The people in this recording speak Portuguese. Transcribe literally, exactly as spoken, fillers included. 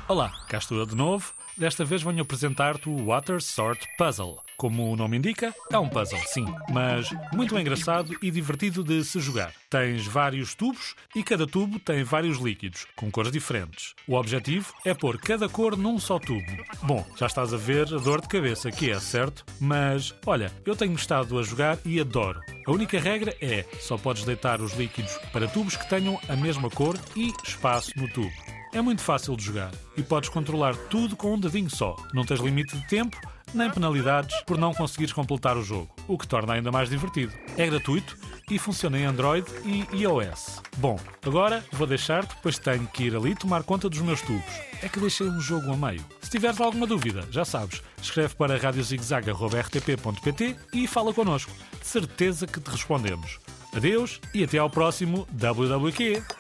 Olá, cá estou eu de novo. Desta vez venho apresentar-te o Water Sort Puzzle. Como o nome indica, é um puzzle, sim, mas muito engraçado e divertido de se jogar. Tens vários tubos e cada tubo tem vários líquidos, com cores diferentes. O objetivo é pôr cada cor num só tubo. Bom, já estás a ver a dor de cabeça que é, certo? Mas, olha, eu tenho estado a jogar e adoro. A única regra é, só podes deitar os líquidos para tubos que tenham a mesma cor e espaço no tubo. É muito fácil de jogar e podes controlar tudo com um dedinho só. Não tens limite de tempo, nem penalidades por não conseguires completar o jogo, o que torna ainda mais divertido. É gratuito e funciona em Android e iOS. Bom, agora vou deixar-te, pois tenho que ir ali tomar conta dos meus tubos. É que deixei um jogo a meio. Se tiveres alguma dúvida, já sabes, escreve para radiozigzag arroba r t p ponto p t e fala connosco. De certeza que te respondemos. Adeus e até ao próximo W W Q.